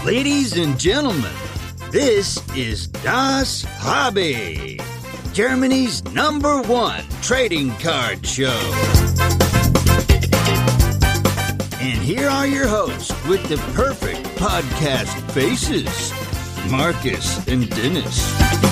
Ladies and gentlemen, this is Das Hobby, Germany's #1 trading card show. And here are your hosts with the perfect podcast faces, Marcus and Dennis.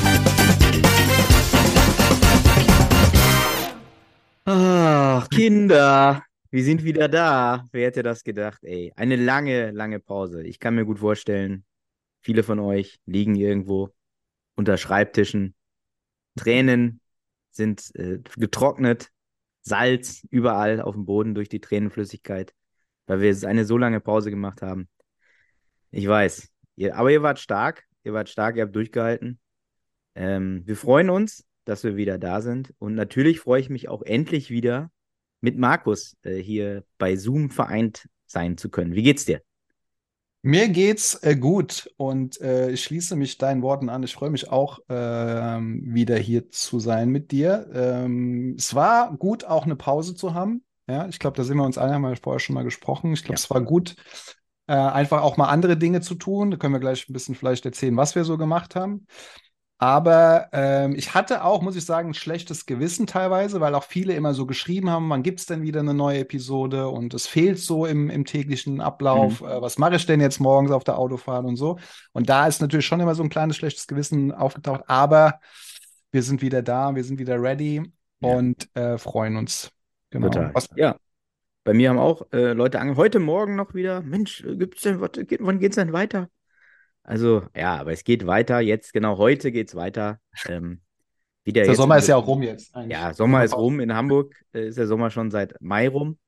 Ach, Kinder, wir sind wieder da. Wer hätte das gedacht, ey? Eine lange, lange Pause. Ich kann mir gut vorstellen, viele von euch liegen irgendwo unter Schreibtischen. Tränen sind getrocknet. Salz überall auf dem Boden durch die Tränenflüssigkeit, weil wir eine so lange Pause gemacht haben. Ich weiß. Aber ihr wart stark. Ihr habt durchgehalten. Wir freuen uns, dass wir wieder da sind. Und natürlich freue ich mich auch endlich wieder mit Markus hier bei Zoom vereint sein zu können. Wie geht's dir? Mir geht's gut und ich schließe mich deinen Worten an. Ich freue mich auch, wieder hier zu sein mit dir. Es war gut, auch eine Pause zu haben. Ja, ich glaube, da sind wir uns alle, haben wir vorher schon mal gesprochen. Ich glaube, Ja. es war gut, einfach auch mal andere Dinge zu tun. Da können wir gleich ein bisschen vielleicht erzählen, was wir so gemacht haben. Aber ich hatte auch, muss ich sagen, ein schlechtes Gewissen teilweise, weil auch viele immer so geschrieben haben, wann gibt es denn wieder eine neue Episode und es fehlt so im täglichen Ablauf. Was mache ich denn jetzt morgens auf der Autofahrt und so? Und da ist natürlich schon immer so ein kleines schlechtes Gewissen aufgetaucht, aber wir sind wieder da, wir sind wieder ready Ja. und freuen uns. Genau. Total. Ja. Bei mir haben auch Leute heute Morgen noch wieder, Mensch, wann geht's denn weiter? Also, ja, aber es geht weiter. Jetzt, genau heute geht's weiter. Wieder Der jetzt Sommer ist ja auch rum jetzt. Eigentlich. Ja, Sommer ist rum. In Hamburg ist der Sommer schon seit Mai rum.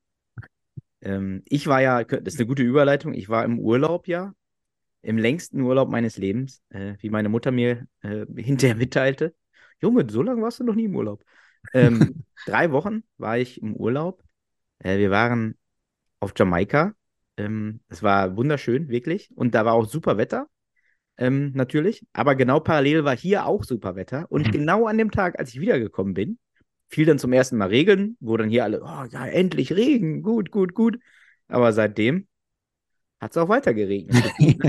Ich war ja, das ist eine gute Überleitung, ich war im Urlaub ja, im längsten Urlaub meines Lebens, wie meine Mutter mir hinterher mitteilte. Junge, so lange warst du noch nie im Urlaub. 3 Wochen war ich im Urlaub. Wir waren auf Jamaika. Es war wunderschön, wirklich. Und da war auch super Wetter. Natürlich. Aber genau parallel war hier auch super Wetter. Und genau an dem Tag, als ich wiedergekommen bin, fiel dann zum ersten Mal Regen, wo dann hier alle, oh ja, endlich Regen, gut, gut, gut. Aber seitdem hat es auch weiter geregnet.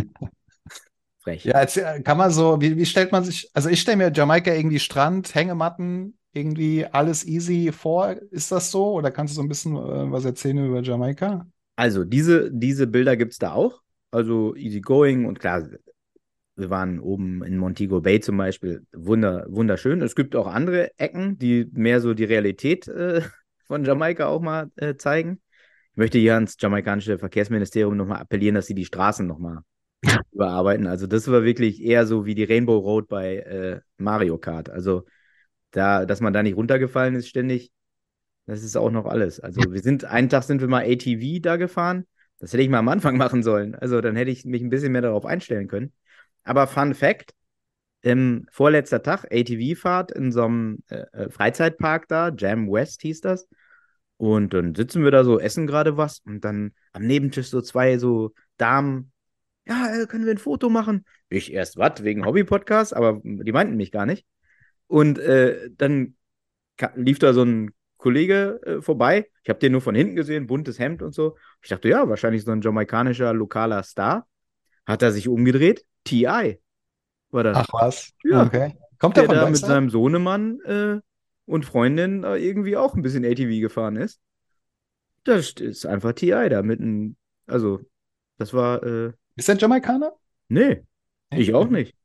Frech. Ja, jetzt kann man so, wie stellt man sich, also ich stelle mir Jamaika irgendwie Strand, Hängematten, irgendwie alles easy vor. Ist das so? Oder kannst du so ein bisschen was erzählen über Jamaika? Also, diese Bilder gibt es da auch. Also, easy going und klar, wir waren oben in Montego Bay zum Beispiel, wunderschön. Es gibt auch andere Ecken, die mehr so die Realität von Jamaika auch mal zeigen. Ich möchte hier ans jamaikanische Verkehrsministerium nochmal appellieren, dass sie die Straßen nochmal überarbeiten. Also das war wirklich eher so wie die Rainbow Road bei Mario Kart. Also dass man da nicht runtergefallen ist ständig, das ist auch noch alles. Also einen Tag sind wir mal ATV da gefahren. Das hätte ich mal am Anfang machen sollen. Also dann hätte ich mich ein bisschen mehr darauf einstellen können. Aber Fun Fact, vorletzter Tag, ATV-Fahrt in so einem Freizeitpark da, Jam West hieß das. Und dann sitzen wir da so, essen gerade was und dann am Nebentisch so 2 so Damen, ja, können wir ein Foto machen? Ich erst, was, wegen Hobby-Podcast, aber die meinten mich gar nicht. Und dann lief da so ein Kollege vorbei. Ich habe den nur von hinten gesehen, buntes Hemd und so. Ich dachte, ja, wahrscheinlich so ein jamaikanischer lokaler Star. Hat er sich umgedreht? T.I. war das. Ach was? Ja, Okay. Kommt der er von da mit Deutschland? seinem Sohnemann und Freundin irgendwie auch ein bisschen ATV gefahren ist. Das ist einfach T.I. da mitten. Also, das war, Ist er Jamaikaner? nee, Nee? ich auch nicht.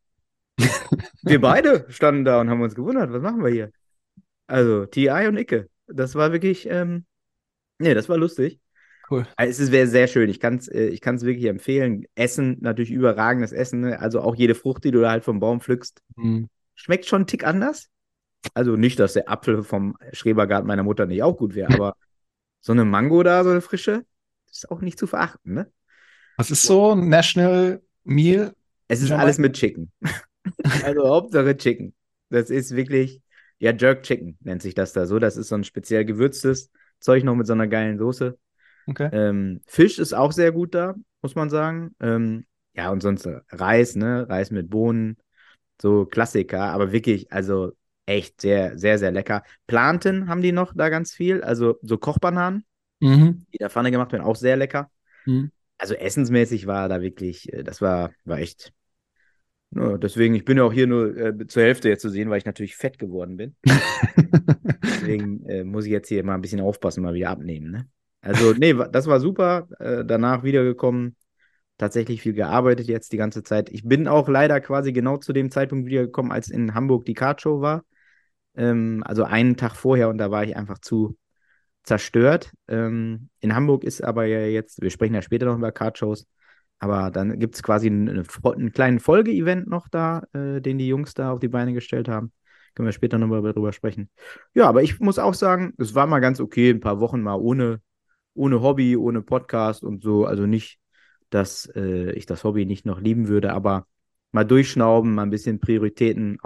Wir beide standen da und haben uns gewundert, was machen wir hier? Also, T.I. und Icke. Das war wirklich, nee, das war lustig. Cool. Also, es wäre sehr schön. Ich kann's wirklich empfehlen. Essen, natürlich überragendes Essen. Ne? Also auch jede Frucht, die du da halt vom Baum pflückst, Hm. schmeckt schon einen Tick anders. Also nicht, dass der Apfel vom Schrebergarten meiner Mutter nicht auch gut wäre, aber so eine Mango da, so eine frische, ist auch nicht zu verachten, ne? Was ist so ein National Meal? Es ist Jamaika? alles mit Chicken. Also Hauptsache Chicken. Das ist wirklich, ja, Jerk Chicken nennt sich das da so. Das ist so ein speziell gewürztes Zeug noch mit so einer geilen Soße. Okay. Fisch ist auch sehr gut da, muss man sagen. Ja, und sonst Reis, ne? Reis mit Bohnen, so Klassiker, aber wirklich, also echt sehr, sehr, sehr lecker. Planten haben die noch da ganz viel, also so Kochbananen, Mhm. die in der Pfanne gemacht werden, auch sehr lecker. Mhm. Also essensmäßig war da wirklich, das war echt. Ja, deswegen, ich bin ja auch hier nur zur Hälfte jetzt zu sehen, weil ich natürlich fett geworden bin. Deswegen muss ich jetzt hier mal ein bisschen aufpassen, mal wieder abnehmen, ne? Also, nee, das war super. Danach wiedergekommen, tatsächlich viel gearbeitet jetzt die ganze Zeit. Ich bin auch leider quasi genau zu dem Zeitpunkt wiedergekommen, als in Hamburg die Kartshow war. Also einen Tag vorher und da war ich einfach zu zerstört. In Hamburg ist aber ja jetzt, wir sprechen ja später noch über Kartshows, aber dann gibt es quasi einen kleinen Folgeevent noch da, den die Jungs da auf die Beine gestellt haben. Können wir später nochmal darüber sprechen. Ja, aber ich muss auch sagen, es war mal ganz okay, ein paar Wochen mal ohne Hobby, ohne Podcast und so. Also nicht, dass ich das Hobby nicht noch lieben würde, aber mal durchschnauben, mal ein bisschen Prioritäten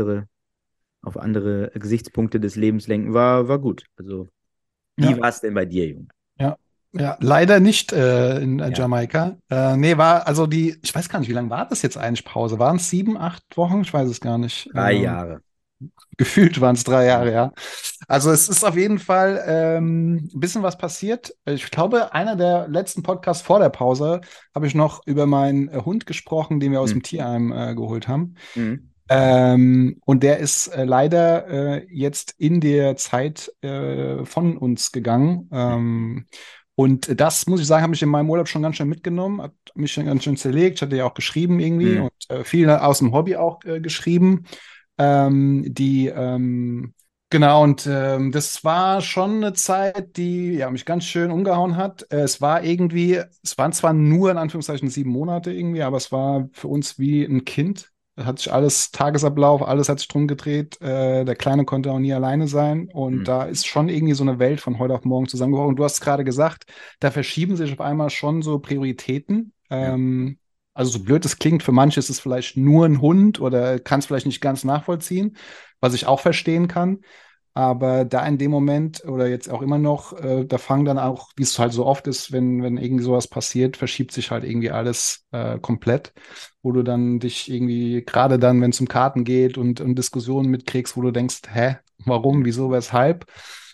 auf andere Gesichtspunkte des Lebens lenken, war gut. Also, wie Ja, war es denn bei dir, Junge? ja. Ja, leider nicht in Ja, Jamaika. Nee, war also ich weiß gar nicht, wie lange war das jetzt eigentlich Pause? Waren es 7, 8 Wochen? Ich weiß es gar nicht. 3 Jahre. Gefühlt waren es 3 Jahre, Ja. ja. Also es ist auf jeden Fall ein bisschen was passiert. Ich glaube, einer der letzten Podcasts vor der Pause habe ich noch über meinen Hund gesprochen, den wir aus dem Hm. Tierheim geholt haben. Mhm. Und der ist leider jetzt in der Zeit von uns gegangen. Und das, muss ich sagen, habe ich in meinem Urlaub schon ganz schön mitgenommen, hat mich schon ganz schön zerlegt. Ich hatte ja auch geschrieben irgendwie Mhm. und viel aus dem Hobby auch geschrieben. Die genau, und das war schon eine Zeit, die ja, mich ganz schön umgehauen hat. Es waren zwar nur in Anführungszeichen 7 Monate irgendwie, aber es war für uns wie ein Kind. Da hat sich alles, Tagesablauf, alles hat sich drum gedreht. Der Kleine konnte auch nie alleine sein. Und Mhm. da ist schon irgendwie so eine Welt von heute auf morgen zusammengebrochen. Und du hast gerade gesagt, da verschieben sich auf einmal schon so Prioritäten. Ja. Also so blöd es klingt, für manche ist es vielleicht nur ein Hund oder kann es vielleicht nicht ganz nachvollziehen, was ich auch verstehen kann. Aber da in dem Moment oder jetzt auch immer noch, da fangen dann auch, wie es halt so oft ist, wenn irgendwie sowas passiert, verschiebt sich halt irgendwie alles komplett, wo du dann dich irgendwie, gerade dann, wenn es um Karten geht und Diskussionen mitkriegst, wo du denkst, hä, warum, Mhm. wieso, weshalb?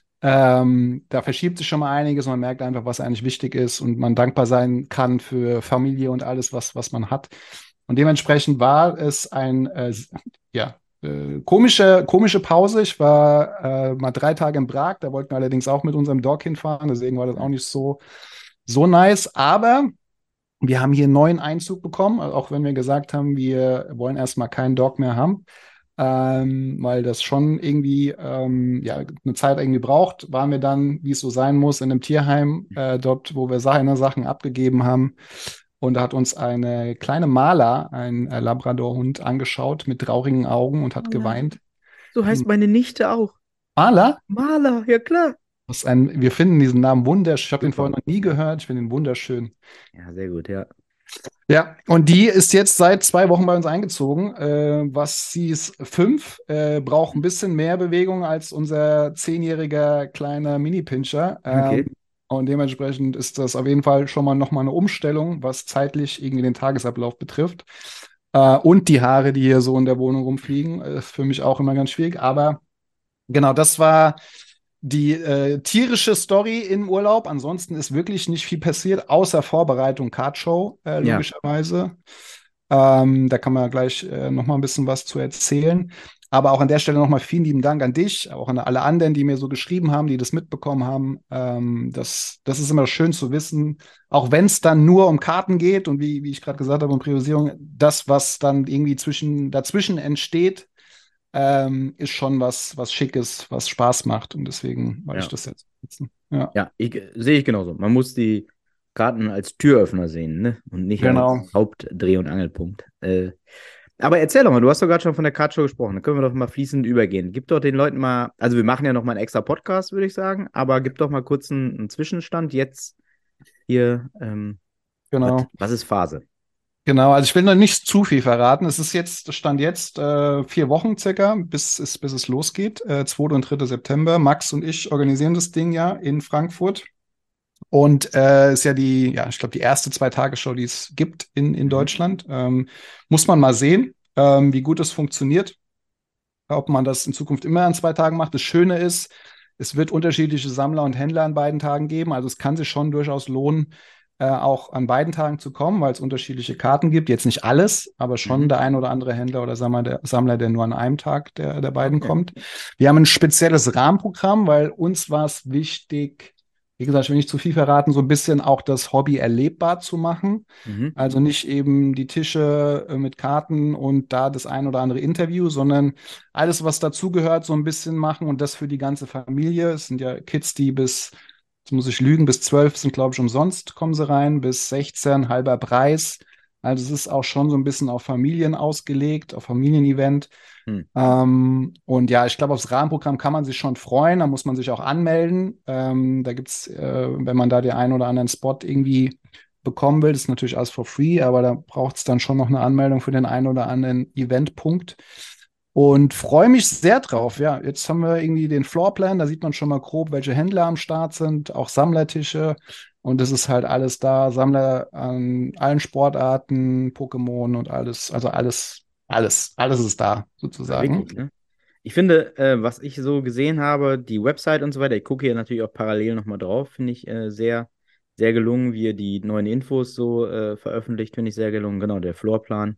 Da verschiebt sich schon mal einiges und man merkt einfach, was eigentlich wichtig ist und man dankbar sein kann für Familie und alles, was man hat. Und dementsprechend war es ja, komische Pause. Ich war mal 3 Tage in Prag, da wollten wir allerdings auch mit unserem Dog hinfahren, deswegen war das auch nicht so nice. Aber wir haben hier einen neuen Einzug bekommen, also auch wenn wir gesagt haben, wir wollen erstmal keinen Dog mehr haben, weil das schon irgendwie ja, eine Zeit irgendwie braucht, waren wir dann, wie es so sein muss, in einem Tierheim, dort, wo wir seine Sachen abgegeben haben. Und da hat uns eine kleine Mala, ein Labrador-Hund, angeschaut mit traurigen Augen und hat Maler. geweint. So heißt meine Nichte auch. Mala? Maler, ja klar. Wir finden diesen Namen wunderschön. Ich habe den vorher Super. noch nie gehört. Ich finde ihn wunderschön. Ja, sehr gut, ja. Ja, und die ist jetzt seit 2 Wochen bei uns eingezogen. Sie ist 5, braucht ein bisschen mehr Bewegung als unser 10-jähriger kleiner Mini-Pinscher. Okay. Und dementsprechend ist das auf jeden Fall schon mal nochmal eine Umstellung, was zeitlich irgendwie den Tagesablauf betrifft. Und die Haare, die hier so in der Wohnung rumfliegen, ist für mich auch immer ganz schwierig. Aber genau, das war die tierische Story im Urlaub. Ansonsten ist wirklich nicht viel passiert, außer Vorbereitung Kartshow, Ja. logischerweise. Da kann man gleich noch mal ein bisschen was zu erzählen. Aber auch an der Stelle nochmal vielen lieben Dank an dich, auch an alle anderen, die mir so geschrieben haben, die das mitbekommen haben. Das ist immer schön zu wissen, auch wenn es dann nur um Karten geht und wie ich gerade gesagt habe, um Priorisierung, das, was dann irgendwie dazwischen entsteht, ist schon was Schickes, was Spaß macht. Und deswegen wollte ich Ja. das jetzt nutzen. Ja, Ja, sehe ich genauso. Man muss die Karten als Türöffner sehen, ne? Und nicht genau. als Hauptdreh- und Angelpunkt. Aber erzähl doch mal, du hast doch gerade schon von der Kartshow gesprochen. Da können wir doch mal fließend übergehen. Gib doch den Leuten mal, also wir machen ja noch mal einen extra Podcast, würde ich sagen, aber gib doch mal kurz einen Zwischenstand jetzt hier. Genau. Was ist Phase? Genau, also ich will noch nicht zu viel verraten. Stand jetzt 4 Wochen circa, bis es losgeht. 2. und 3. September. Max und ich organisieren das Ding ja in Frankfurt. Und ist ja ich glaube, die erste 2-Tage-Show, die es gibt in Mhm. Deutschland. Muss man mal sehen, wie gut es funktioniert. Ob man das in Zukunft immer an 2 Tagen macht. Das Schöne ist, es wird unterschiedliche Sammler und Händler an beiden Tagen geben. Also es kann sich schon durchaus lohnen, auch an beiden Tagen zu kommen, weil es unterschiedliche Karten gibt. Jetzt nicht alles, aber schon der ein oder andere Händler oder Sammler, der nur an einem Tag der beiden Okay. kommt. Wir haben ein spezielles Rahmenprogramm, weil uns war es wichtig, wie gesagt, ich will nicht zu viel verraten, so ein bisschen auch das Hobby erlebbar zu machen. Mhm. Also nicht eben die Tische mit Karten und da das ein oder andere Interview, sondern alles, was dazugehört, so ein bisschen machen und das für die ganze Familie. Es sind ja Kids, die jetzt muss ich lügen, bis 12 sind, glaube ich, umsonst, kommen sie rein, bis 16 halber Preis. Also es ist auch schon so ein bisschen auf Familien ausgelegt, auf Familienevent. Hm. Und ja, ich glaube, aufs Rahmenprogramm kann man sich schon freuen, da muss man sich auch anmelden. Da gibt es, wenn man da den einen oder anderen Spot irgendwie bekommen will, das ist natürlich alles for free, aber da braucht es dann schon noch eine Anmeldung für den einen oder anderen Eventpunkt. Und freue mich sehr drauf. Ja, jetzt haben wir irgendwie den Floorplan, da sieht man schon mal grob, welche Händler am Start sind, auch Sammlertische. Und es ist halt alles da, Sammler an allen Sportarten, Pokémon und alles, also alles ist da sozusagen. Wirklich, ne? Ich finde, was ich so gesehen habe, die Website und so weiter, ich gucke hier natürlich auch parallel nochmal drauf, finde ich sehr, sehr gelungen, wie ihr die neuen Infos so veröffentlicht, finde ich sehr gelungen. Genau, der Floorplan,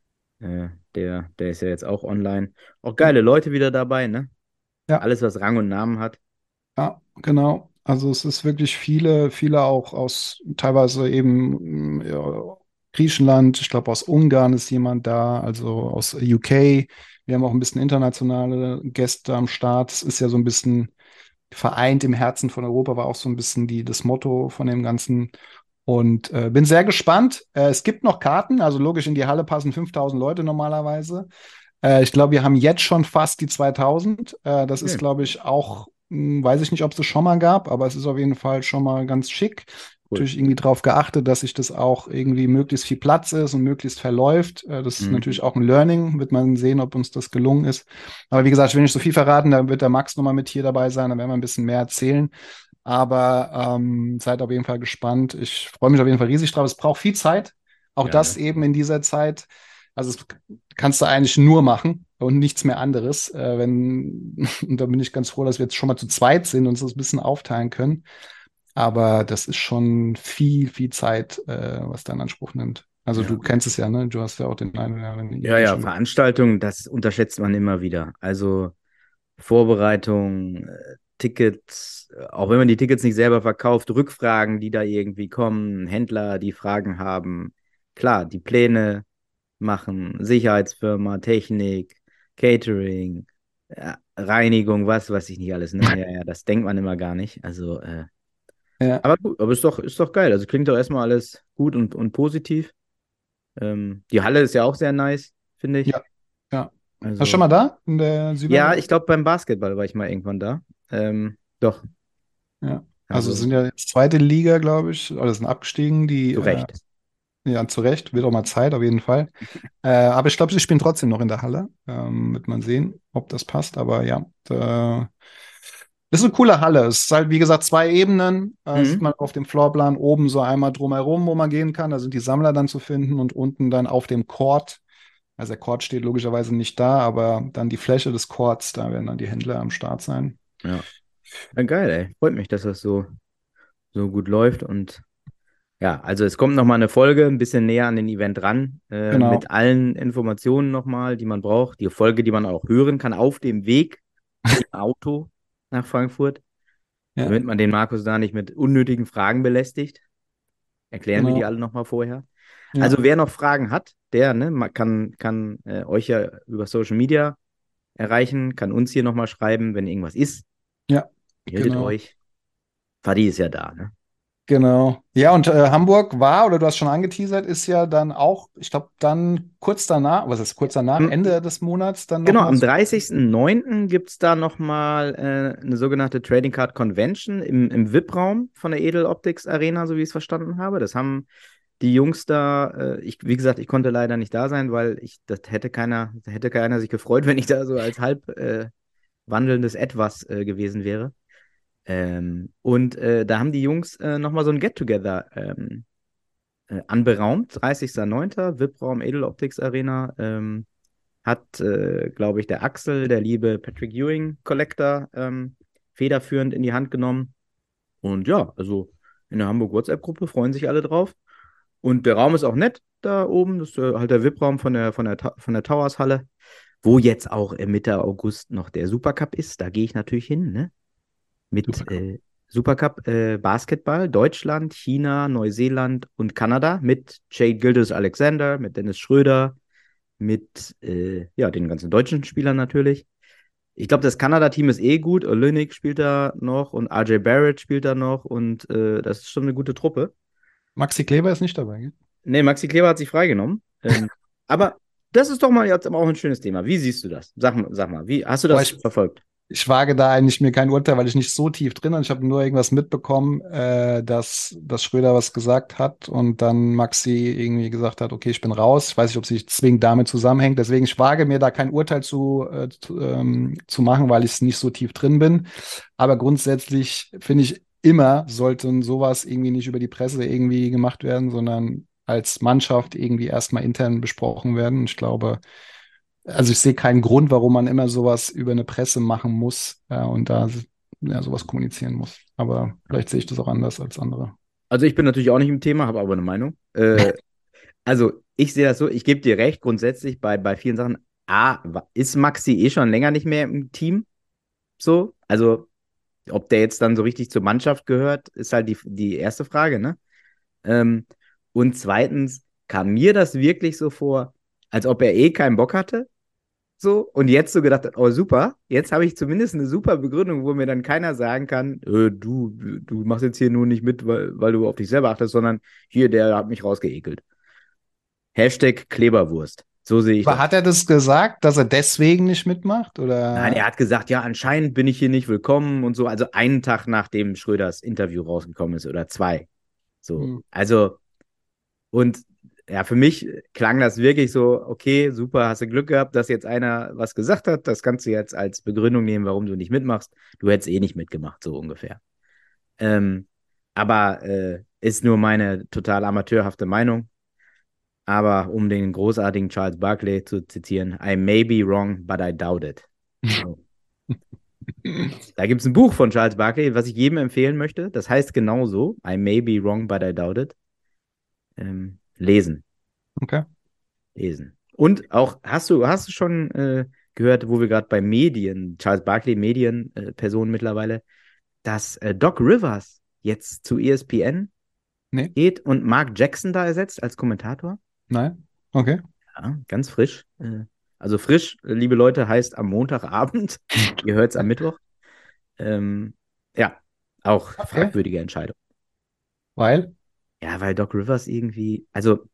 der ist ja jetzt auch online. Auch Ja, geile Leute wieder dabei, ne? ja, Alles, was Rang und Namen hat. ja, genau. Also es ist wirklich viele auch aus teilweise eben ja, Griechenland, ich glaube aus Ungarn ist jemand da, also aus UK. Wir haben auch ein bisschen internationale Gäste am Start. Es ist ja so ein bisschen vereint im Herzen von Europa, war auch so ein bisschen das Motto von dem Ganzen. Und bin sehr gespannt. Es gibt noch Karten, also logisch in die Halle passen 5000 Leute normalerweise. Ich glaube, wir haben jetzt schon fast die 2000. Das ist, Okay, glaube ich, auch, weiß ich nicht, ob es das schon mal gab, aber es ist auf jeden Fall schon mal ganz schick. cool. Natürlich irgendwie darauf geachtet, dass sich das auch irgendwie möglichst viel Platz ist und möglichst verläuft. Das ist Mhm. natürlich auch ein Learning, wird man sehen, ob uns das gelungen ist. Aber wie gesagt, ich will nicht so viel verraten, da wird der Max nochmal mit hier dabei sein, da werden wir ein bisschen mehr erzählen. Aber seid auf jeden Fall gespannt. Ich freue mich auf jeden Fall riesig drauf. Es braucht viel Zeit. Auch Ja, das ne? eben in dieser Zeit. Also es kannst du eigentlich nur machen und nichts mehr anderes. Und da bin ich ganz froh, dass wir jetzt schon mal zu zweit sind und uns das ein bisschen aufteilen können. Aber das ist schon viel Zeit, was da in Anspruch nimmt. Also du Ja. kennst es ja, ne? Du hast ja auch den einen oder anderen Ja, Event ja, schon. Veranstaltungen, das unterschätzt man immer wieder. Also Vorbereitung, Tickets, auch wenn man die Tickets nicht selber verkauft, Rückfragen, die da irgendwie kommen, Händler, die Fragen haben. Klar, die Pläne machen, Sicherheitsfirma, Technik, Catering, ja, Reinigung, was weiß ich nicht alles, ne? Ja, ja, das denkt man immer gar nicht. Also, Ja, aber gut, aber ist doch geil. Also klingt doch erstmal alles gut und positiv. Die Halle ist ja auch sehr nice, finde ich. ja, ja. Warst du schon Also, mal da in der ja, Südhalle? ich glaube, beim Basketball war ich mal irgendwann da. Doch, Ja. Also es also sind ja jetzt zweite Liga, glaube ich, oder sind abgestiegen, die zu Recht. ja, zu Recht, wird auch mal Zeit, auf jeden Fall. Aber ich glaube, sie spielen trotzdem noch in der Halle. Wird man sehen, ob das passt. Aber ja, ist eine coole Halle. Es ist halt, wie gesagt, zwei Ebenen. Sieht Mhm. man auf dem Floorplan oben so einmal drumherum, wo man gehen kann. Da sind die Sammler dann zu finden und unten dann auf dem Court. Also der Court steht logischerweise nicht da, aber dann die Fläche des Courts, da werden dann die Händler am Start sein. Ja. Ja, geil, ey. Freut mich, dass das so gut läuft. Und ja, also es kommt nochmal eine Folge, ein bisschen näher an den Event ran, Genau. mit allen Informationen nochmal, die man braucht. Die Folge, die man auch hören kann auf dem Weg im Auto nach Frankfurt, Ja, damit man den Markus da nicht mit unnötigen Fragen belästigt. Erklären wir die genau. alle nochmal vorher. Also Ja, wer noch Fragen hat, der ne, kann euch ja über Social Media erreichen, kann uns hier nochmal schreiben, wenn irgendwas ist. ja, Meldet genau. euch. Fadi ist ja da, ne? Genau. Ja, und Hamburg war, oder du hast schon angeteasert, ist ja dann auch, ich glaube, dann kurz danach, was ist kurz danach, Am, Ende des Monats dann genau, nochmal am so. 30.09. gibt es da nochmal eine sogenannte Trading Card Convention im VIP-Raum von der Edel Optics Arena, so wie ich es verstanden habe. Das haben die Jungs da, wie gesagt, ich konnte leider nicht da sein, weil da hätte keiner sich gefreut, wenn ich da so als halb wandelndes Etwas gewesen wäre. Und da haben die Jungs nochmal so ein Get-Together anberaumt. 30.09. VIP-Raum Edel Optics Arena. Hat, glaube ich, der Axel, der liebe Patrick Ewing Collector, federführend in die Hand genommen. Und ja, also in der Hamburg-WhatsApp-Gruppe, freuen sich alle drauf. Und der Raum ist auch nett da oben. Das ist halt der VIP-Raum von der Towers-Halle, wo jetzt auch Mitte August noch der Supercup ist. Da gehe ich natürlich hin, ne? Mit Supercup Basketball, Deutschland, China, Neuseeland und Kanada mit Jade Gilgeous-Alexander, mit Dennis Schröder, mit den ganzen deutschen Spielern natürlich. Ich glaube, das Kanada-Team ist eh gut. Olynyk spielt da noch und RJ Barrett spielt da noch und das ist schon eine gute Truppe. Maxi Kleber ist nicht dabei, gell? Nee, Maxi Kleber hat sich freigenommen. Aber das ist doch mal jetzt auch ein schönes Thema. Wie siehst du das? Sag mal, wie hast du das verfolgt? Ich wage da eigentlich mir kein Urteil, weil ich nicht so tief drin bin. Ich habe nur irgendwas mitbekommen, dass Schröder was gesagt hat und dann Maxi irgendwie gesagt hat, okay, ich bin raus. Ich weiß nicht, ob sich zwingend damit zusammenhängt. Deswegen, ich wage mir da kein Urteil zu machen, weil ich nicht so tief drin bin. Aber grundsätzlich finde ich, immer sollte sowas irgendwie nicht über die Presse irgendwie gemacht werden, sondern als Mannschaft irgendwie erstmal intern besprochen werden. Ich glaube, also ich sehe keinen Grund, warum man immer sowas über eine Presse machen muss und da sowas kommunizieren muss. Aber vielleicht sehe ich das auch anders als andere. Also ich bin natürlich auch nicht im Thema, habe aber eine Meinung. Also ich sehe das so, ich gebe dir recht, grundsätzlich bei vielen Sachen. Ist Maxi eh schon länger nicht mehr im Team? So, also ob der jetzt dann so richtig zur Mannschaft gehört, ist halt die erste Frage, ne? Und zweitens kam mir das wirklich so vor, als ob er eh keinen Bock hatte. So, und jetzt so gedacht hat, oh super, jetzt habe ich zumindest eine super Begründung, wo mir dann keiner sagen kann, du machst jetzt hier nur nicht mit, weil du auf dich selber achtest, sondern hier, der hat mich rausgeekelt. Hashtag Kleberwurst. So sehe ich Aber das. hat er das gesagt, dass er deswegen nicht mitmacht? Oder? Nein, er hat gesagt, ja, anscheinend bin ich hier nicht willkommen und so. Also einen Tag nachdem Schröders Interview rausgekommen ist oder zwei. So, also, und ja, für mich klang das wirklich so, okay, super, hast du Glück gehabt, dass jetzt einer was gesagt hat. Das kannst du jetzt als Begründung nehmen, warum du nicht mitmachst. Du hättest eh nicht mitgemacht, so ungefähr. Aber ist nur meine total amateurhafte Meinung. Aber um den großartigen Charles Barkley zu zitieren, I may be wrong, but I doubt it. Da gibt es ein Buch von Charles Barkley, was ich jedem empfehlen möchte. Das heißt genauso, I may be wrong, but I doubt it. Lesen. Okay. Lesen. Und auch, hast du schon gehört, wo wir gerade bei Medien, Charles Barkley, Medienperson mittlerweile, dass Doc Rivers jetzt zu ESPN geht und Mark Jackson da ersetzt als Kommentator? Nein? Okay. Ja, ganz frisch. Also frisch, liebe Leute, heißt am Montagabend. Ihr hört es am Mittwoch. Ja, auch fragwürdige Entscheidung. Weil? Ja, weil Doc Rivers irgendwie, also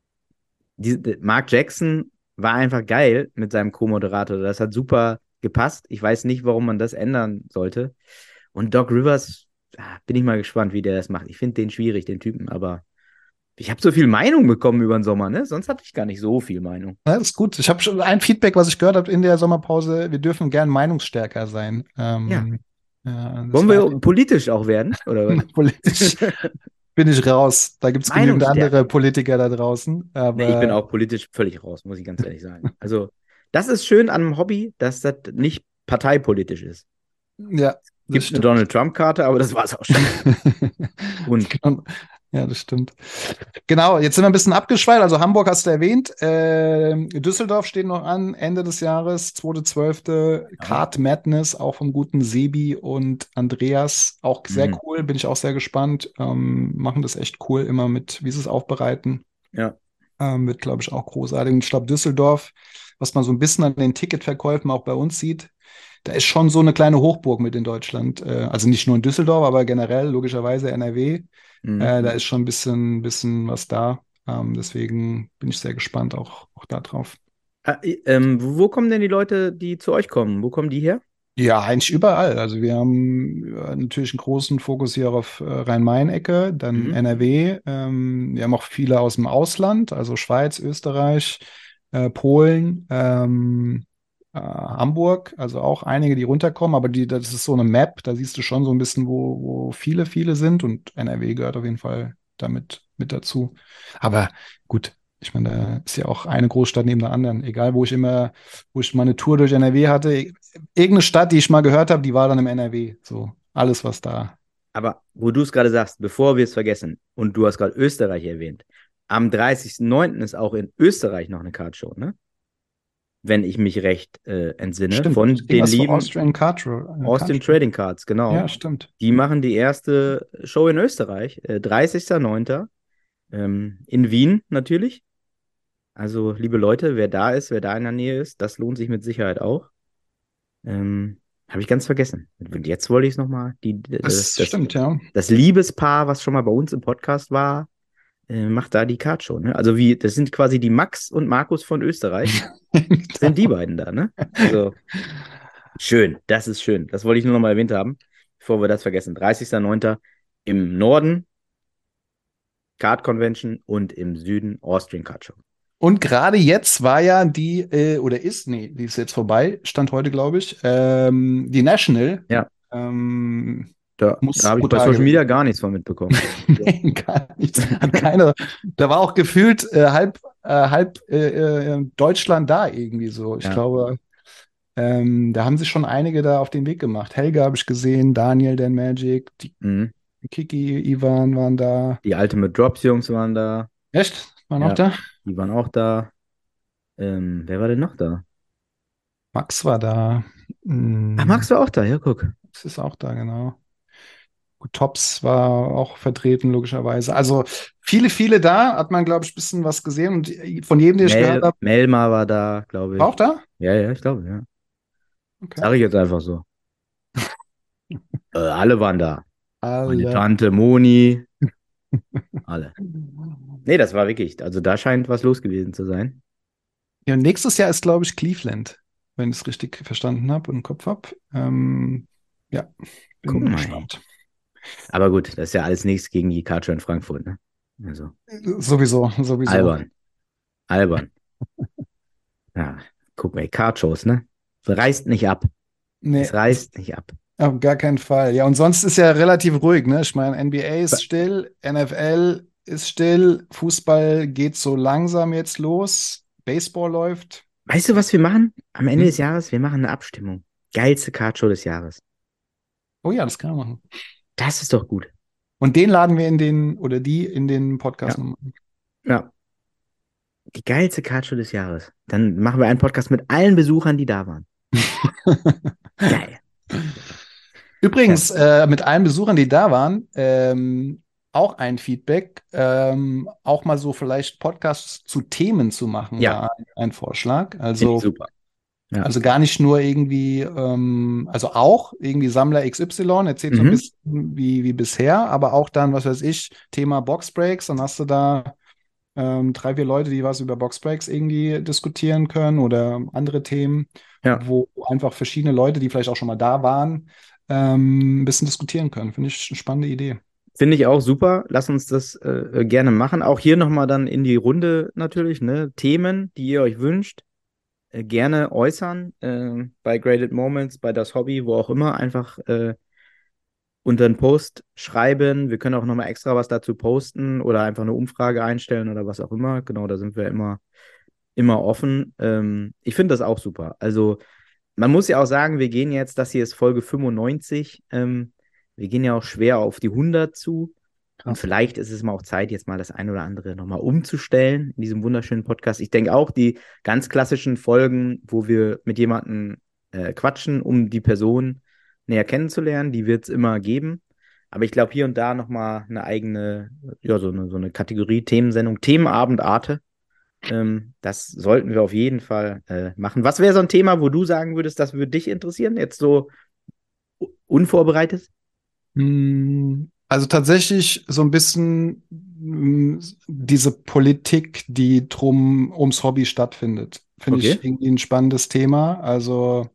Mark Jackson war einfach geil mit seinem Co-Moderator. Das hat super gepasst. Ich weiß nicht, warum man das ändern sollte. Und Doc Rivers, bin ich mal gespannt, wie der das macht. Ich finde den schwierig, den Typen, aber ich habe so viel Meinung bekommen über den Sommer, ne? Sonst hatte ich gar nicht so viel Meinung. Ja, das ist gut. Ich habe schon ein Feedback, was ich gehört habe in der Sommerpause. Wir dürfen gern meinungsstärker sein. Ja, wollen wir politisch auch werden? Oder? Politisch bin ich raus. Da gibt es genügend andere Politiker da draußen. Aber nee, ich bin auch politisch völlig raus, muss ich ganz ehrlich sagen. Also, das ist schön an einem Hobby, dass das nicht parteipolitisch ist. Ja. Es gibt eine Donald Trump-Karte, aber das war es auch schon. Und ja, das stimmt. Genau, jetzt sind wir ein bisschen abgeschweift. Also Hamburg hast du erwähnt. Düsseldorf steht noch an, Ende des Jahres, 2.12. Kart Madness, auch vom guten Sebi und Andreas. Auch sehr cool, bin ich auch sehr gespannt. Machen das echt cool, immer mit, wie sie es aufbereiten. Ja. Wird, glaube ich, auch großartig. Und ich glaube, Düsseldorf, was man so ein bisschen an den Ticketverkäufen auch bei uns sieht, da ist schon so eine kleine Hochburg mit in Deutschland. Also nicht nur in Düsseldorf, aber generell, logischerweise NRW. Da ist schon ein bisschen was da. Deswegen bin ich sehr gespannt auch da drauf. Wo kommen denn die Leute, die zu euch kommen? Wo kommen die her? Ja, eigentlich überall. Also wir haben natürlich einen großen Fokus hier auf Rhein-Main-Ecke, dann NRW. Wir haben auch viele aus dem Ausland, also Schweiz, Österreich, Polen, Hamburg, also auch einige, die runterkommen, aber das ist so eine Map, da siehst du schon so ein bisschen, wo viele sind und NRW gehört auf jeden Fall damit mit dazu. Aber gut, ich meine, da ist ja auch eine Großstadt neben der anderen. Egal, wo ich meine Tour durch NRW hatte, irgendeine Stadt, die ich mal gehört habe, die war dann im NRW. So, alles, was da Aber wo du es gerade sagst, bevor wir es vergessen, und du hast gerade Österreich erwähnt, am 30.09. ist auch in Österreich noch eine Cardshow, ne? Wenn ich mich recht entsinne, Stimmt. von den Irgendwas für lieben Austrian Austin Card. Trading Cards, genau. Ja, stimmt. Die machen die erste Show in Österreich, 30.09. In Wien natürlich. Also, liebe Leute, wer da ist, wer da in der Nähe ist, das lohnt sich mit Sicherheit auch. Habe ich ganz vergessen. Und jetzt wollte ich es nochmal. Das stimmt, ja. Das Liebespaar, was schon mal bei uns im Podcast war, macht da die Cardshow. Ne? Also das sind quasi die Max und Markus von Österreich. Sind die beiden da, ne? Also schön, das ist schön. Das wollte ich nur noch mal erwähnt haben, bevor wir das vergessen. 30.09. im Norden Card Convention und im Süden Austrian Card Show. Und gerade jetzt war ja die ist jetzt vorbei, stand heute, glaube ich, die National. Ja. Da Muss habe ich bei brutal Social Media gewesen gar nichts von mitbekommen. Nee, gar nichts. Hat keiner. Da war auch gefühlt halb Deutschland da irgendwie so. Ich Ja. glaube, da haben sich schon einige da auf den Weg gemacht. Helga habe ich gesehen, Daniel, Dan Magic, Mhm. Kiki, Ivan waren da. Die Ultimate Drops Jungs waren da. Echt? Waren Ja. auch da? Die waren auch da. Wer war denn noch da? Max war da. Ach, Max war auch da, ja, guck. Max ist auch da, genau. Gut, Tops war auch vertreten, logischerweise. Also viele da, hat man, glaube ich, ein bisschen was gesehen. Und von jedem, den ich gehört habe, Melma war da, glaube war ich. auch da? Ja, ich glaube, ja. Okay. Sag ich jetzt einfach so. Alle waren da. Meine Alle. Tante, Moni, alle. Nee, das war wirklich, also da scheint was los gewesen zu sein. Ja, und nächstes Jahr ist, glaube ich, Cleveland, wenn ich es richtig verstanden habe und im Kopf habe. Ja, Guck bin mal. gespannt. Aber gut, das ist ja alles nichts gegen die Cardshow in Frankfurt, ne? Also, Sowieso. albern. Ja, guck mal, Cardshows, ne? Es reißt nicht ab. Nee, Es reißt nicht ab. auf gar keinen Fall. Ja, und sonst ist ja relativ ruhig, ne? Ich meine, NBA ist still, NFL ist still, Fußball geht so langsam jetzt los, Baseball läuft. Weißt du, was wir machen? Am Ende Hm? des Jahres, wir machen eine Abstimmung. Geilste Cardshow des Jahres. Oh ja, das kann man machen. Das ist doch gut. Und den laden wir in den Podcast Ja. nochmal. Ja. Die geilste Cardshow des Jahres. Dann machen wir einen Podcast mit allen Besuchern, die da waren. Geil. Übrigens, mit allen Besuchern, die da waren, auch ein Feedback, auch mal so vielleicht Podcasts zu Themen zu machen, Ja. war ein Vorschlag. Finde Also, ich super. Ja. also gar nicht nur irgendwie, also auch irgendwie Sammler XY, erzählt so ein bisschen wie bisher, aber auch dann, was weiß ich, Thema Boxbreaks, dann hast du da 3, 4 Leute, die was über Boxbreaks irgendwie diskutieren können oder andere Themen, Ja. wo einfach verschiedene Leute, die vielleicht auch schon mal da waren, ein bisschen diskutieren können. Finde ich eine spannende Idee. Finde ich auch super. Lass uns das gerne machen. Auch hier nochmal dann in die Runde natürlich, ne? Themen, die ihr euch wünscht, gerne äußern. Bei Graded Moments, bei Das Hobby, wo auch immer, einfach unter einen Post schreiben. Wir können auch nochmal extra was dazu posten oder einfach eine Umfrage einstellen oder was auch immer. Genau, da sind wir immer offen. Ich finde das auch super. Also, man muss ja auch sagen, wir gehen jetzt, das hier ist Folge 95. Wir gehen ja auch schwer auf die 100 zu. Und vielleicht ist es mal auch Zeit, jetzt mal das ein oder andere nochmal umzustellen in diesem wunderschönen Podcast. Ich denke auch, die ganz klassischen Folgen, wo wir mit jemandem quatschen, um die Person näher kennenzulernen, die wird es immer geben. Aber ich glaube, hier und da nochmal eine eigene, ja, so eine Kategorie, Themensendung, Themenabend Arte. Das sollten wir auf jeden Fall machen. Was wäre so ein Thema, wo du sagen würdest, das würde dich interessieren, jetzt so unvorbereitet? Also tatsächlich so ein bisschen diese Politik, die ums Hobby stattfindet, finde Okay. ich irgendwie ein spannendes Thema. Also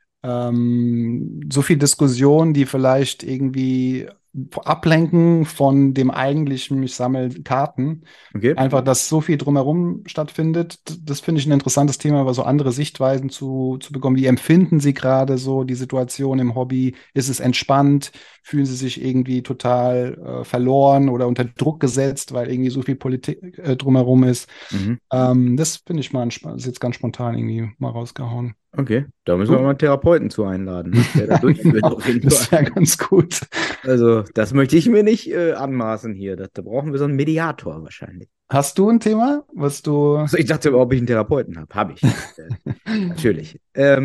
so viel Diskussion, die vielleicht irgendwie ablenken von dem eigentlichen, ich sammle Karten. Okay. Einfach, dass so viel drumherum stattfindet, das finde ich ein interessantes Thema, aber so andere Sichtweisen zu bekommen. Wie empfinden Sie gerade so die Situation im Hobby? Ist es entspannt? Fühlen Sie sich irgendwie total verloren oder unter Druck gesetzt, weil irgendwie so viel Politik drumherum ist? Mhm. Das finde ich mal ist jetzt ganz spontan irgendwie mal rausgehauen. Okay, da müssen wir mal einen Therapeuten zu einladen, der da durchführt auf jeden Das Fall. wäre ganz gut. Also, das möchte ich mir nicht anmaßen hier. Da brauchen wir so einen Mediator wahrscheinlich. Hast du ein Thema, was du. Also, ich dachte, ob ich einen Therapeuten habe. Habe ich. Natürlich.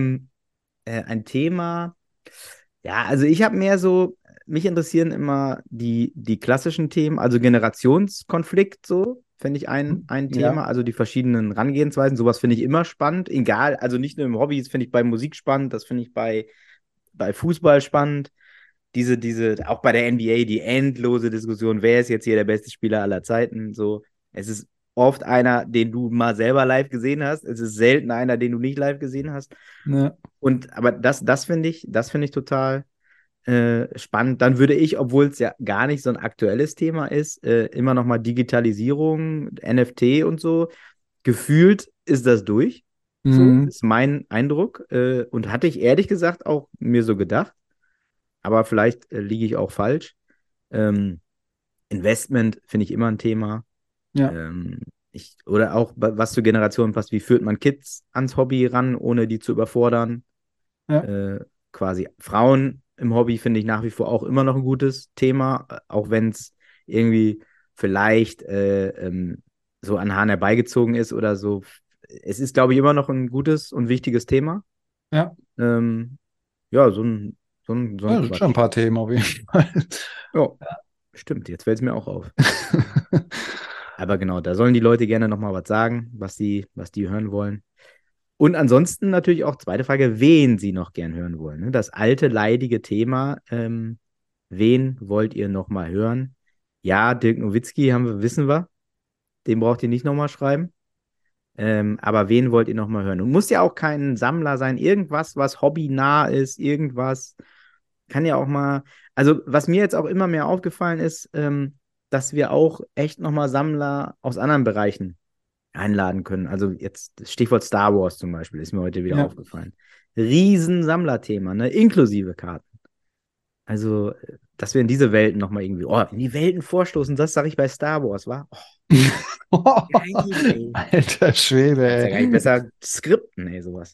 Ein Thema. Ja, also ich habe mehr so, mich interessieren immer die klassischen Themen, also Generationskonflikt so, finde ich ein Ja, Thema, also die verschiedenen Herangehensweisen, sowas finde ich immer spannend, egal, also nicht nur im Hobby, das finde ich bei Musik spannend, das finde ich bei Fußball spannend, auch bei der NBA, die endlose Diskussion, wer ist jetzt hier der beste Spieler aller Zeiten, so, es ist oft einer, den du mal selber live gesehen hast, es ist selten einer, den du nicht live gesehen hast. ne, Aber das finde ich total spannend. Dann würde ich, obwohl es ja gar nicht so ein aktuelles Thema ist, immer noch mal Digitalisierung, NFT und so. Gefühlt ist das durch. So mhm. ist mein Eindruck. Und hatte ich ehrlich gesagt auch mir so gedacht. Aber vielleicht liege ich auch falsch. Ähm, Investment finde ich immer ein Thema. Ja, Ähm, oder auch, was zur Generation passt, wie führt man Kids ans Hobby ran, ohne die zu überfordern? ja, äh, Quasi Frauen im Hobby finde ich nach wie vor auch immer noch ein gutes Thema, auch wenn es irgendwie vielleicht so an Haaren herbeigezogen ist oder so. Es ist, glaube ich, immer noch ein gutes und wichtiges Thema. ja. Ähm, ja, so ein Ja, das sind schon ein Quatsch. paar Themen auf jeden Fall. Ja, stimmt, jetzt fällt es mir auch auf. Aber genau, da sollen die Leute gerne nochmal was sagen, was die hören wollen. Und ansonsten natürlich auch zweite Frage, wen Sie noch gern hören wollen. Ne? Das alte, leidige Thema, wen wollt ihr noch mal hören? Ja, Dirk Nowitzki wissen wir, den braucht ihr nicht noch mal schreiben. Aber wen wollt ihr noch mal hören? Und muss ja auch kein Sammler sein, irgendwas, was hobbynah ist, irgendwas. Kann ja auch mal, also was mir jetzt auch immer mehr aufgefallen ist, dass wir auch echt noch mal Sammler aus anderen Bereichen einladen können. Also jetzt das Stichwort Star Wars zum Beispiel ist mir heute wieder Ja. aufgefallen. Riesen Sammlerthema, ne? Inklusive Karten. Also, dass wir in diese Welten nochmal irgendwie, in die Welten vorstoßen, das sage ich bei Star Wars, wa? Geil, ey. Alter Schwede, Kannst ja gar nicht ey. besser skripten, ey, sowas.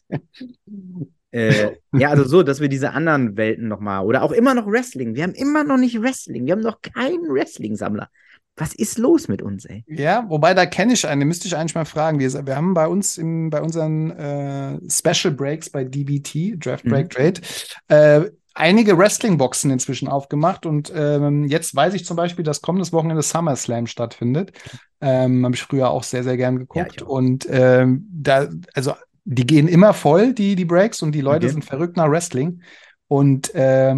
Ja, also so, dass wir diese anderen Welten nochmal, oder auch immer noch Wrestling. Wir haben immer noch nicht Wrestling. Wir haben noch keinen Wrestling-Sammler. Was ist los mit uns, ey? Ja, wobei da kenne ich einen, den müsste ich eigentlich mal fragen. Wir haben bei uns bei unseren Special Breaks bei DBT, Draft Break Mhm. Trade, einige Wrestling-Boxen inzwischen aufgemacht und jetzt weiß ich zum Beispiel, dass kommendes Wochenende SummerSlam stattfindet. Habe ich früher auch sehr, sehr gern Ja, ich geguckt auch. und also die gehen immer voll, die Breaks und die Leute Okay. sind verrückt nach Wrestling und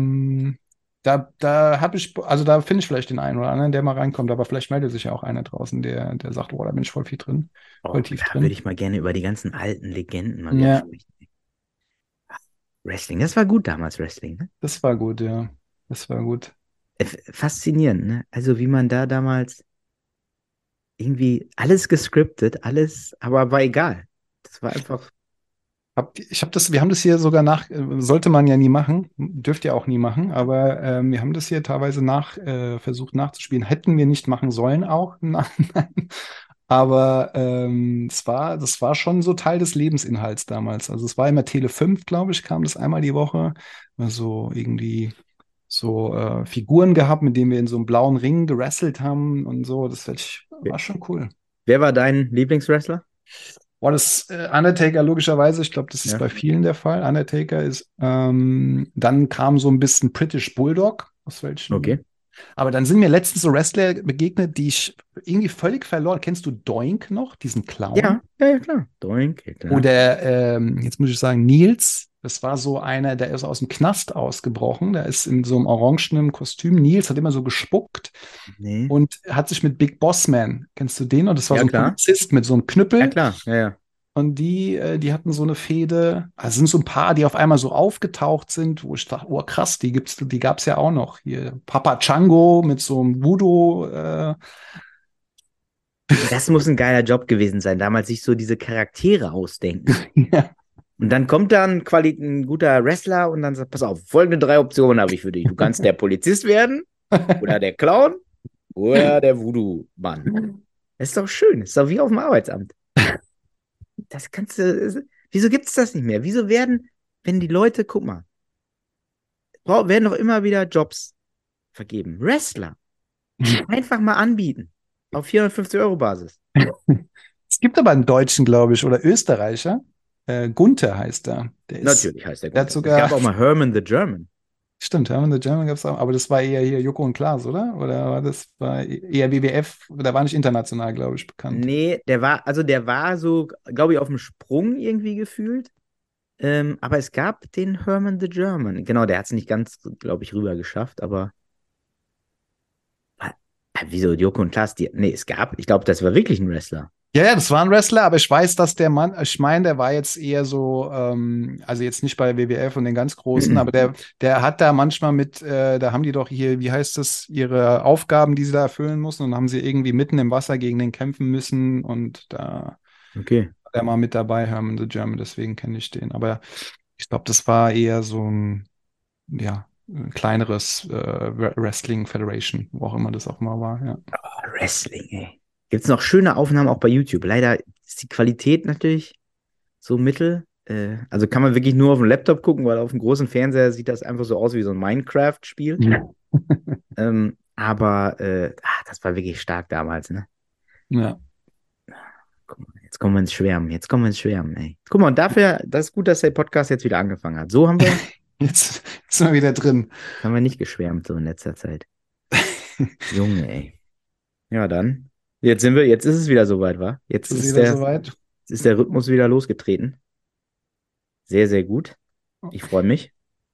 da habe ich, also da finde ich vielleicht den einen oder anderen, der mal reinkommt, aber vielleicht meldet sich ja auch einer draußen, der sagt, oh, da bin ich voll viel drin, voll Oh, tief da würde drin. ich mal gerne über die ganzen alten Legenden mal wieder Ja, sprechen. Wrestling, das war gut damals, Wrestling, ne? das war gut, ja. Das war gut. Faszinierend, ne? Also wie man da damals irgendwie alles gescriptet, alles, aber war egal. Das war einfach, Wir haben das hier sogar sollte man ja nie machen, dürft ihr auch nie machen, aber wir haben das hier teilweise versucht nachzuspielen. Hätten wir nicht machen sollen auch im Nachhinein. Aber das war schon so Teil des Lebensinhalts damals. Also es war immer Tele 5, glaube ich, kam das einmal die Woche. Also irgendwie so Figuren gehabt, mit denen wir in so einem blauen Ring gewrestelt haben und so. War schon cool. wer war dein Lieblingswrestler? Boah, das Undertaker logischerweise, ich glaube, das ist Ja, bei vielen der Fall. Undertaker ist, dann kam so ein bisschen British Bulldog, aus welchen. okay. Aber dann sind mir letztens so Wrestler begegnet, die ich irgendwie völlig verloren. Kennst du Doink noch, diesen Clown? Ja, ja, ja, klar. Doink, ja, klar. Oder jetzt muss ich sagen, Nils, das war so einer, der ist aus dem Knast ausgebrochen, der ist in so einem orangenen Kostüm. Nils hat immer so gespuckt Nee. und hat sich mit Big Boss Man, kennst du den? Und das war Ja, so ein klar. Polizist mit so einem Ja, Knüppel. klar. Ja, ja. Und die hatten so eine Fehde. Also sind so ein paar, die auf einmal so aufgetaucht sind, wo ich dachte, oh krass, die gab's ja auch noch. Hier Papa Django mit so einem Voodoo. Das muss ein geiler Job gewesen sein, damals sich so diese Charaktere ausdenken. Ja. Und dann kommt dann ein guter Wrestler und dann sagt, pass auf, folgende 3 Optionen habe ich für dich. Du kannst der Polizist werden oder der Clown oder der Voodoo-Mann. Das ist doch schön. Das ist doch wie auf dem Arbeitsamt. Das kannst du. Wieso gibt es das nicht mehr? Wieso wenn die Leute, guck mal, werden doch immer wieder Jobs vergeben. Wrestler. Einfach mal anbieten. Auf 450-Euro-Basis. Es gibt aber einen Deutschen, glaube ich, oder Österreicher. Gunther heißt er. Natürlich heißt der Der hat Gunther. sogar, Es gab auch mal Herman the German. stimmt, Herman the German gab es auch, aber das war eher hier Joko und Klaas, oder? Oder war das eher WWF? Der war nicht international, glaube ich, bekannt. Nee, der war so, glaube ich, auf dem Sprung irgendwie gefühlt. Aber es gab den Herman the German. Genau, der hat es nicht ganz, glaube ich, rüber geschafft, aber wieso Joko und Klaas? Nee, ich glaube, das war wirklich ein Wrestler. Ja, ja, das war ein Wrestler, aber ich weiß, dass der Mann, ich meine, der war jetzt eher so, also jetzt nicht bei WWF und den ganz Großen, aber der hat da manchmal da haben die doch hier, wie heißt das, ihre Aufgaben, die sie da erfüllen mussten und haben sie irgendwie mitten im Wasser gegen den kämpfen müssen und da Okay. war der mal mit dabei, Herman the German, deswegen kenne ich den. Aber ich glaube, das war eher so ein kleineres Wrestling Federation, wo auch immer das auch mal war, ja. Oh, Wrestling, ey. Gibt es noch schöne Aufnahmen auch bei YouTube? Leider ist die Qualität natürlich so mittel. Also kann man wirklich nur auf dem Laptop gucken, weil auf dem großen Fernseher sieht das einfach so aus wie so ein Minecraft-Spiel. Aber das war wirklich stark damals, ne? Ja. Guck mal, jetzt kommen wir ins Schwärmen. Ey. Guck mal, und dafür, das ist gut, dass der Podcast jetzt wieder angefangen hat. So Jetzt sind wir wieder drin. haben wir nicht geschwärmt so in letzter Zeit. Junge, ey. Ja, dann. Jetzt ist es wieder soweit, wa? Jetzt ist wieder soweit. Jetzt ist der Rhythmus wieder losgetreten. Sehr, sehr gut. Ich freue mich.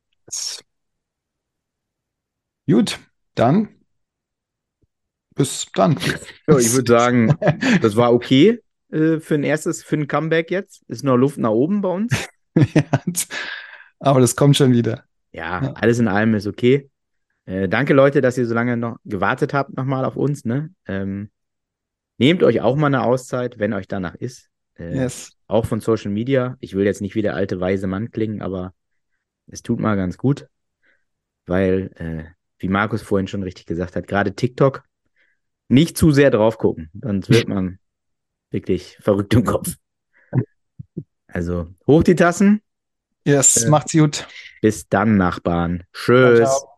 Gut, dann bis dann. Ja, ich würde sagen, das war okay für ein Comeback jetzt. Ist noch Luft nach oben bei uns. Ja, aber das kommt schon wieder. Ja, alles in allem ist okay. Danke, Leute, dass ihr so lange noch gewartet habt nochmal auf uns, ne? Nehmt euch auch mal eine Auszeit, wenn euch danach ist. Yes. Auch von Social Media. Ich will jetzt nicht wie der alte weise Mann klingen, aber es tut mal ganz gut, weil, wie Markus vorhin schon richtig gesagt hat, gerade TikTok nicht zu sehr drauf gucken, sonst wird man wirklich verrückt im Kopf. Also hoch die Tassen. Yes, macht's gut. Bis dann, Nachbarn. Ciao, Tschüss. ciao.